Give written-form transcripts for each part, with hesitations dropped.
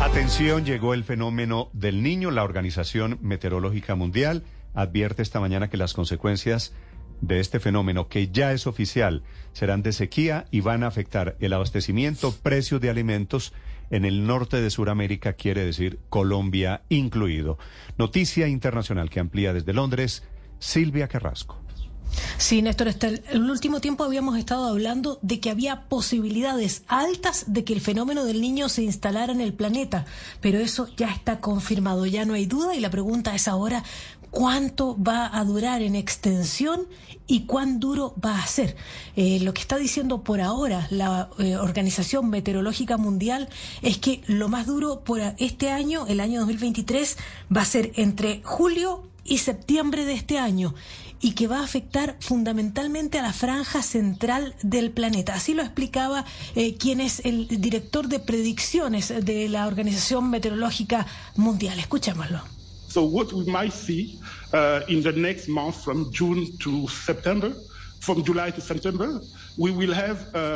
Atención, llegó el fenómeno del Niño. La Organización Meteorológica Mundial advierte esta mañana que las consecuencias de este fenómeno, que ya es oficial, serán de sequía y van a afectar el abastecimiento, precios de alimentos en el norte de Sudamérica, quiere decir Colombia incluido. Noticia internacional que amplía desde Londres, Silvia Carrasco. Sí, Néstor, en el último tiempo habíamos estado hablando de que había posibilidades altas de que el fenómeno del Niño se instalara en el planeta, pero eso ya está confirmado, ya no hay duda, y la pregunta es ahora cuánto va a durar en extensión y cuán duro va a ser. Lo que está diciendo por ahora la Organización Meteorológica Mundial es que lo más duro por este año, el año 2023, va a ser entre julio y septiembre de este año, y que va a afectar fundamentalmente a la franja central del planeta. Así lo explicaba quien es el director de predicciones de la Organización Meteorológica Mundial. Escuchémoslo. So what we might see in the next month, from June to September, from July to September, we will have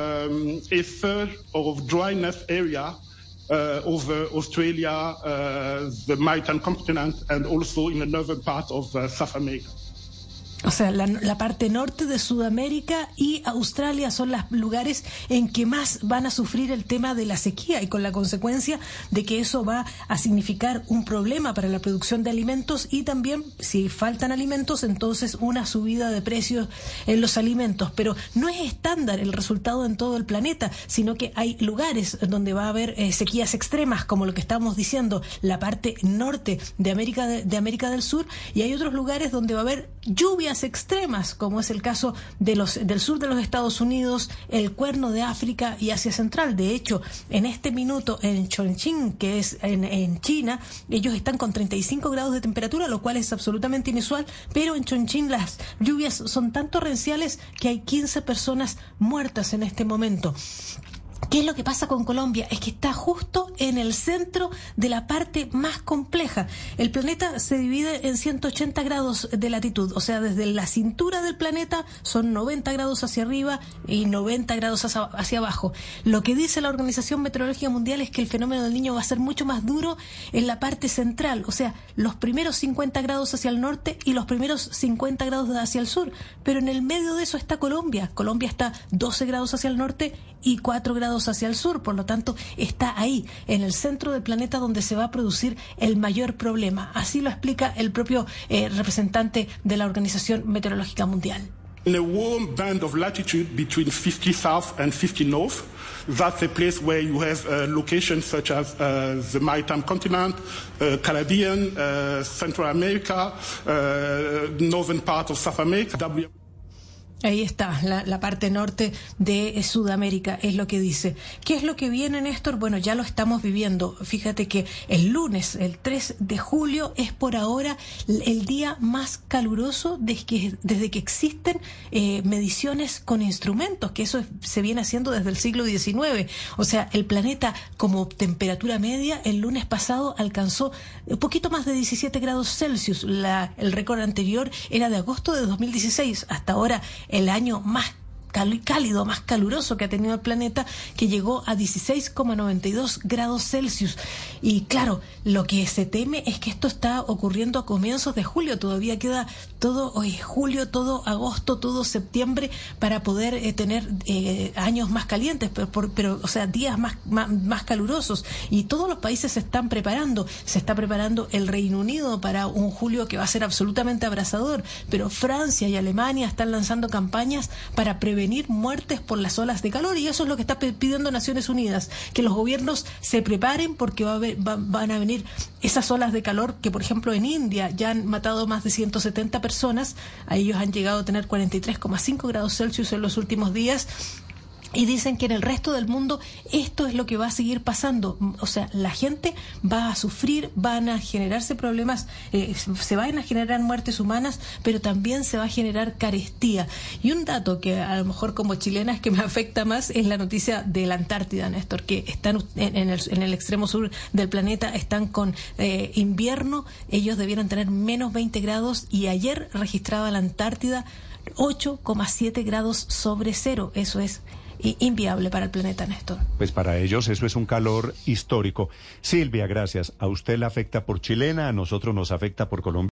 a third of dryness area over Australia, the Maritime continent, and also in the northern part of South America. O sea, la parte norte de Sudamérica y Australia son los lugares en que más van a sufrir el tema de la sequía, y con la consecuencia de que eso va a significar un problema para la producción de alimentos, y también, si faltan alimentos, entonces una subida de precios en los alimentos. Pero no es estándar el resultado en todo el planeta, sino que hay lugares donde va a haber sequías extremas, como lo que estamos diciendo, la parte norte de América del Sur, y hay otros lugares donde va a haber lluvias extremas, como es el caso del sur de los Estados Unidos, el Cuerno de África y Asia Central. De hecho, en este minuto en Chongqing, que es en China, ellos están con 35 grados de temperatura, lo cual es absolutamente inusual, pero en Chongqing las lluvias son tan torrenciales que hay 15 personas muertas en este momento. ¿Qué es lo que pasa con Colombia? Es que está justo en el centro de la parte más compleja. El planeta se divide en 180 grados de latitud, o sea, desde la cintura del planeta son 90 grados hacia arriba y 90 grados hacia abajo. Lo que dice la Organización Meteorológica Mundial es que el fenómeno del Niño va a ser mucho más duro en la parte central, o sea, los primeros 50 grados hacia el norte y los primeros 50 grados hacia el sur. Pero en el medio de eso está Colombia. Colombia está 12 grados hacia el norte y 4 grados hacia el sur, por lo tanto está ahí, en el centro del planeta, donde se va a producir el mayor problema. Así lo explica el propio representante de la Organización Meteorológica Mundial. In a warm band of latitude between 50 south and 50 north, that's a place where you have locations such as the Maritime continent, Caribbean, Central America, northern part of South America. Ahí está, la parte norte de Sudamérica, es lo que dice. ¿Qué es lo que viene, Néstor? Bueno, ya lo estamos viviendo. Fíjate que el lunes, el 3 de julio, es por ahora el día más caluroso desde que existen mediciones con instrumentos, que eso se viene haciendo desde el siglo XIX. O sea, el planeta como temperatura media, el lunes pasado alcanzó un poquito más de 17 grados Celsius. El récord anterior era de agosto de 2016. Hasta ahora, el año más cálido, más caluroso que ha tenido el planeta, que llegó a 16,92 grados Celsius. Y claro, lo que se teme es que esto está ocurriendo a comienzos de julio. Todavía queda todo julio, todo agosto, todo septiembre para poder tener años más calientes, pero o sea, días más calurosos. Y todos los países se están preparando. Se está preparando el Reino Unido para un julio que va a ser absolutamente abrasador, pero Francia y Alemania están lanzando campañas para prevenir muertes por las olas de calor, y eso es lo que está pidiendo Naciones Unidas, que los gobiernos se preparen, porque van a venir esas olas de calor que, por ejemplo, en India ya han matado más de 170 personas, a ellos han llegado a tener 43,5 grados Celsius en los últimos días. Y dicen que en el resto del mundo esto es lo que va a seguir pasando. O sea, la gente va a sufrir, van a generarse problemas, se van a generar muertes humanas, pero también se va a generar carestía. Y un dato que a lo mejor como chilena es que me afecta más es la noticia de la Antártida, Néstor, que están en el extremo sur del planeta, están con invierno, ellos debieron tener menos 20 grados, y ayer registraba la Antártida 8,7 grados sobre cero. Eso es inviable para el planeta, Néstor. Pues para ellos eso es un calor histórico. Silvia, gracias. A usted la afecta por chilena, a nosotros nos afecta por Colombia.